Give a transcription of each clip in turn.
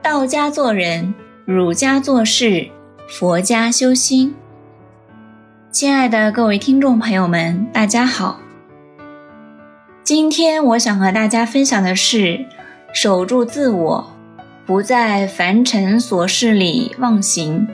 道家做人，儒家做事，佛家修心。亲爱的各位听众朋友们，大家好。今天我想和大家分享的是，守住自我，不在凡尘琐事里忘形。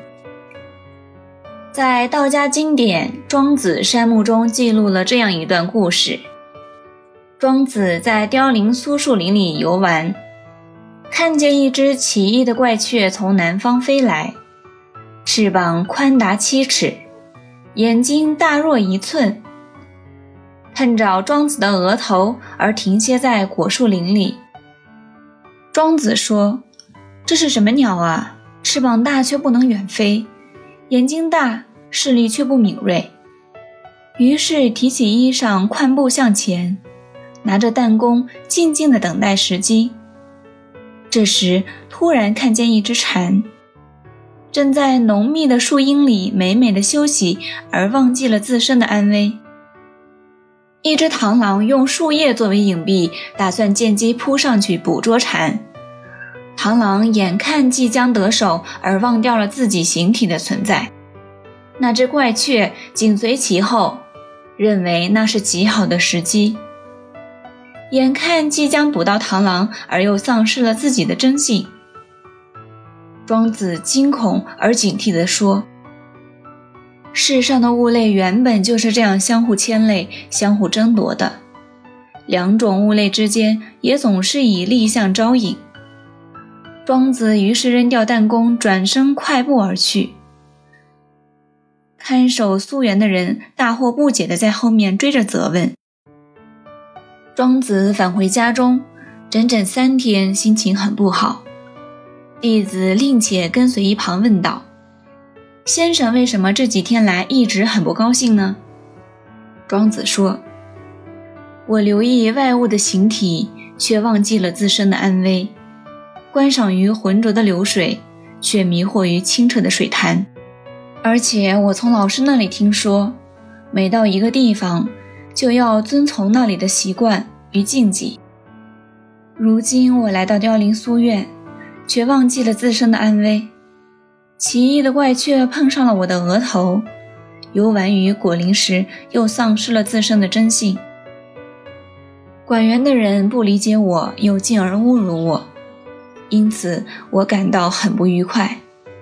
在道家经典《庄子山木》中记录了这样一段故事。庄子在凋零苏树林里游玩，看见一只奇异的怪雀从南方飞来，翅膀宽达7尺，眼睛大若1寸，碰着庄子的额头而停歇在果树林里。庄子说：这是什么鸟啊？翅膀大却不能远飞，眼睛大，视力却不敏锐。于是提起衣裳，快步向前，拿着弹弓，静静地等待时机。这时突然看见一只蝉，正在浓密的树荫里美美的休息，而忘记了自身的安危。一只螳螂用树叶作为隐蔽，打算见机扑上去捕捉蝉。螳螂眼看即将得手，而忘掉了自己形体的存在。那只怪雀紧随其后，认为那是极好的时机。眼看即将捕到螳螂，而又丧失了自己的真性。庄子惊恐而警惕地说：世上的物类原本就是这样相互牵累，相互争夺的，两种物类之间也总是以力相招引。庄子于是扔掉弹弓，转身快步而去。看守苏园的人大惑不解地在后面追着责问。庄子返回家中，整整3天，心情很不好。弟子令且跟随一旁问道：先生为什么这几天来一直很不高兴呢？庄子说：我留意外物的形体，却忘记了自身的安危，观赏于浑浊的流水，却迷惑于清澈的水潭。而且我从老师那里听说，每到一个地方就要遵从那里的习惯与禁忌。如今我来到凋零苏院，却忘记了自身的安危。奇异的怪雀碰上了我的额头，游玩于果林时又丧失了自身的真性。管园的人不理解我，又进而侮辱我，因此我感到很不愉快。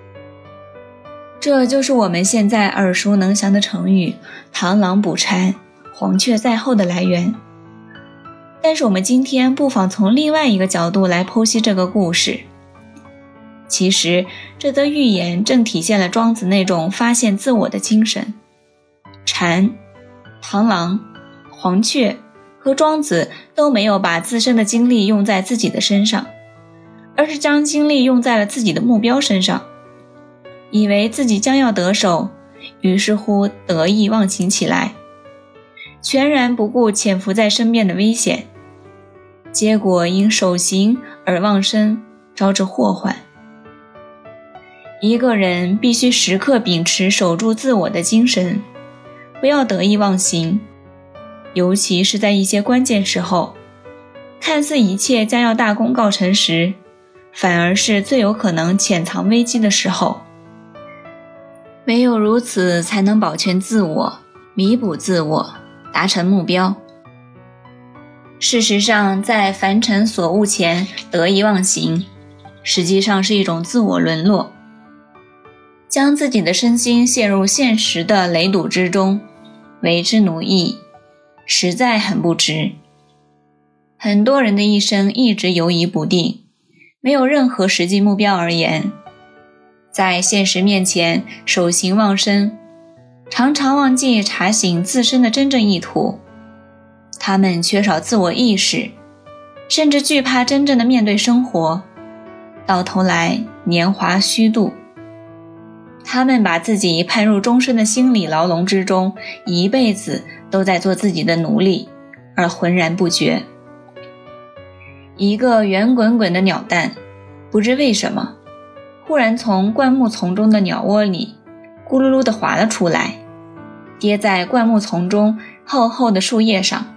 这就是我们现在耳熟能详的成语螳螂捕蝉，黄雀在后的来源。但是我们今天不妨从另外一个角度来剖析这个故事。其实这则寓言正体现了庄子那种发现自我的精神。蝉、螳螂、黄雀和庄子都没有把自身的精力用在自己的身上，而是将精力用在了自己的目标身上，以为自己将要得手，于是乎得意忘形起来，全然不顾潜伏在身边的危险，结果因守形而忘身，招致祸患。一个人必须时刻秉持守住自我的精神，不要得意忘形，尤其是在一些关键时候，看似一切将要大功告成时，反而是最有可能潜藏危机的时候。唯有如此，才能保全自我，弥补自我，达成目标。事实上，在凡尘所恶前得意忘形，实际上是一种自我沦落，将自己的身心陷入现实的雷堵之中，为之奴役，实在很不值。很多人的一生一直游移不定，没有任何实际目标而言，在现实面前守形忘身，常常忘记查醒自身的真正意图。他们缺少自我意识，甚至惧怕真正的面对生活，到头来年华虚度。他们把自己判入终身的心理牢笼之中，一辈子都在做自己的奴隶，而浑然不觉。一个圆滚滚的鸟蛋，不知为什么忽然从灌木丛中的鸟窝里咕噜噜地滑了出来，跌在灌木丛中厚厚的树叶上。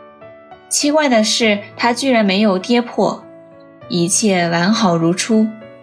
奇怪的是，它居然没有跌破，一切完好如初，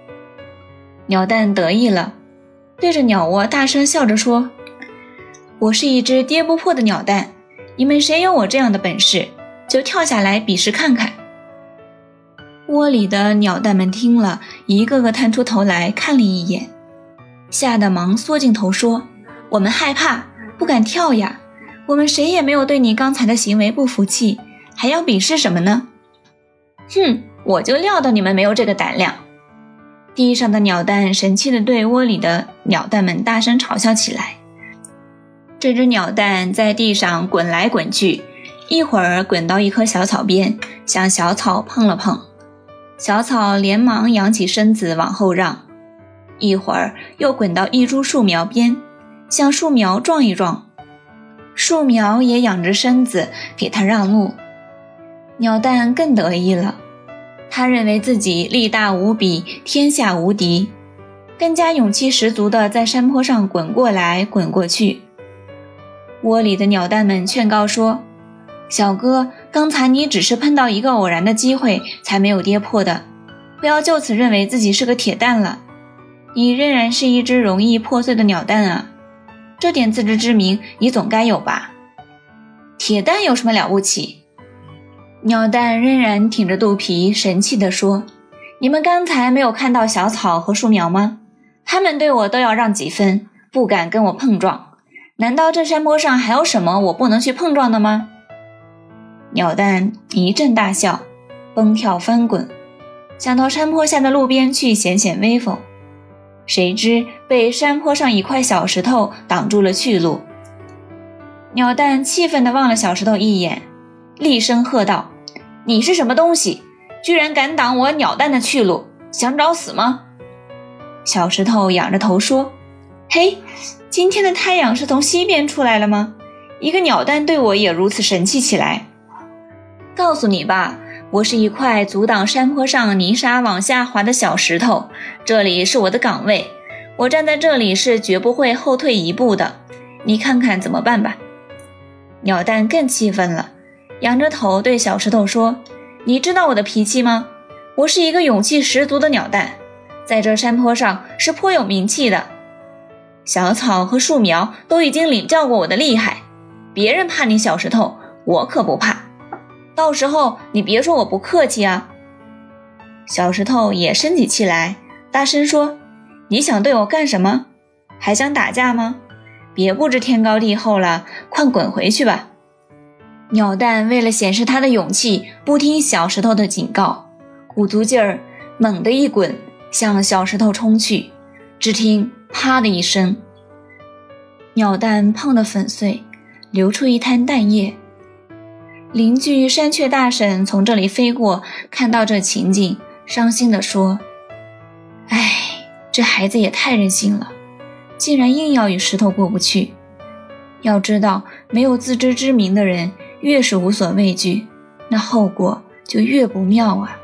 鸟蛋得意了，对着鸟窝大声笑着说：我是一只跌不破的鸟蛋，你们谁有我这样的本事，就跳下来比试看看。窝里的鸟蛋们听了，一个个探出头来看了一眼，吓得忙缩进头说：我们害怕，不敢跳呀，我们谁也没有对你刚才的行为不服气，还要比试什么呢？哼，我就料到你们没有这个胆量。地上的鸟蛋神气地对窝里的鸟蛋们大声嘲笑起来。这只鸟蛋在地上滚来滚去，一会儿滚到一棵小草边，向小草碰了碰，小草连忙扬起身子往后让，一会儿又滚到一株树苗边，向树苗撞一撞，树苗也仰着身子给它让路。鸟蛋更得意了，他认为自己力大无比，天下无敌，更加勇气十足地在山坡上滚过来滚过去。窝里的鸟蛋们劝告说：小哥，刚才你只是碰到一个偶然的机会才没有跌破的，不要就此认为自己是个铁蛋了，你仍然是一只容易破碎的鸟蛋啊，这点自知之明你总该有吧？铁蛋有什么了不起？鸟蛋仍然挺着肚皮神气地说：你们刚才没有看到小草和树苗吗？他们对我都要让几分，不敢跟我碰撞，难道这山坡上还有什么我不能去碰撞的吗？鸟蛋一阵大笑，蹦跳翻滚，想到山坡下的路边去显显威风，谁知被山坡上一块小石头挡住了去路。鸟蛋气愤地望了小石头一眼，厉声喝道：你是什么东西，居然敢挡我鸟蛋的去路，想找死吗？小石头仰着头说：嘿，今天的太阳是从西边出来了吗？一个鸟蛋对我也如此神气起来。告诉你吧，我是一块阻挡山坡上泥沙往下滑的小石头，这里是我的岗位，我站在这里是绝不会后退一步的，你看看怎么办吧。鸟蛋更气愤了，仰着头对小石头说：你知道我的脾气吗？我是一个勇气十足的鸟蛋，在这山坡上是颇有名气的，小草和树苗都已经领教过我的厉害，别人怕你小石头，我可不怕，到时候你别说我不客气啊。小石头也生起气来，大声说：你想对我干什么？还想打架吗？别不知天高地厚了，快滚回去吧。鸟蛋为了显示他的勇气，不听小石头的警告，鼓足劲儿猛地一滚，向小石头冲去。只听啪的一声，鸟蛋碰得粉碎，流出一滩蛋液。邻居山雀大婶从这里飞过，看到这情景，伤心地说：哎，这孩子也太任性了，竟然硬要与石头过不去。要知道，没有自知之明的人，越是无所畏惧，那后果就越不妙啊。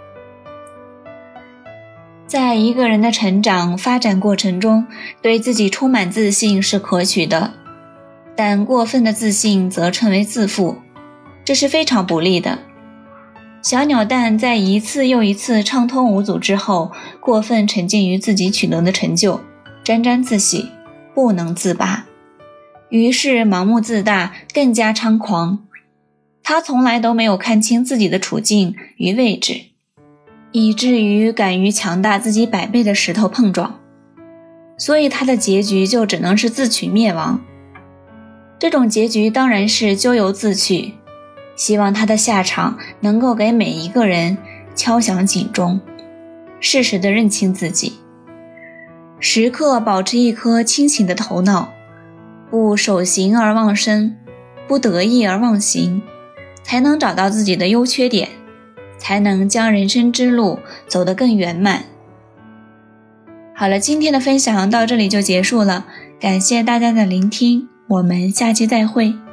在一个人的成长发展过程中，对自己充满自信是可取的，但过分的自信则称为自负，这是非常不利的。小鸟蛋在一次又一次畅通无阻之后，过分沉浸于自己取得的成就，沾沾自喜，不能自拔，于是盲目自大，更加猖狂。他从来都没有看清自己的处境与位置，以至于敢于强大自己100倍的石头碰撞，所以他的结局就只能是自取灭亡。这种结局当然是咎由自取，希望他的下场能够给每一个人敲响警钟，适时地认清自己，时刻保持一颗清醒的头脑，不守形而忘身，不得意而忘形，才能找到自己的优缺点，才能将人生之路走得更圆满。好了，今天的分享到这里就结束了，感谢大家的聆听，我们下期再会。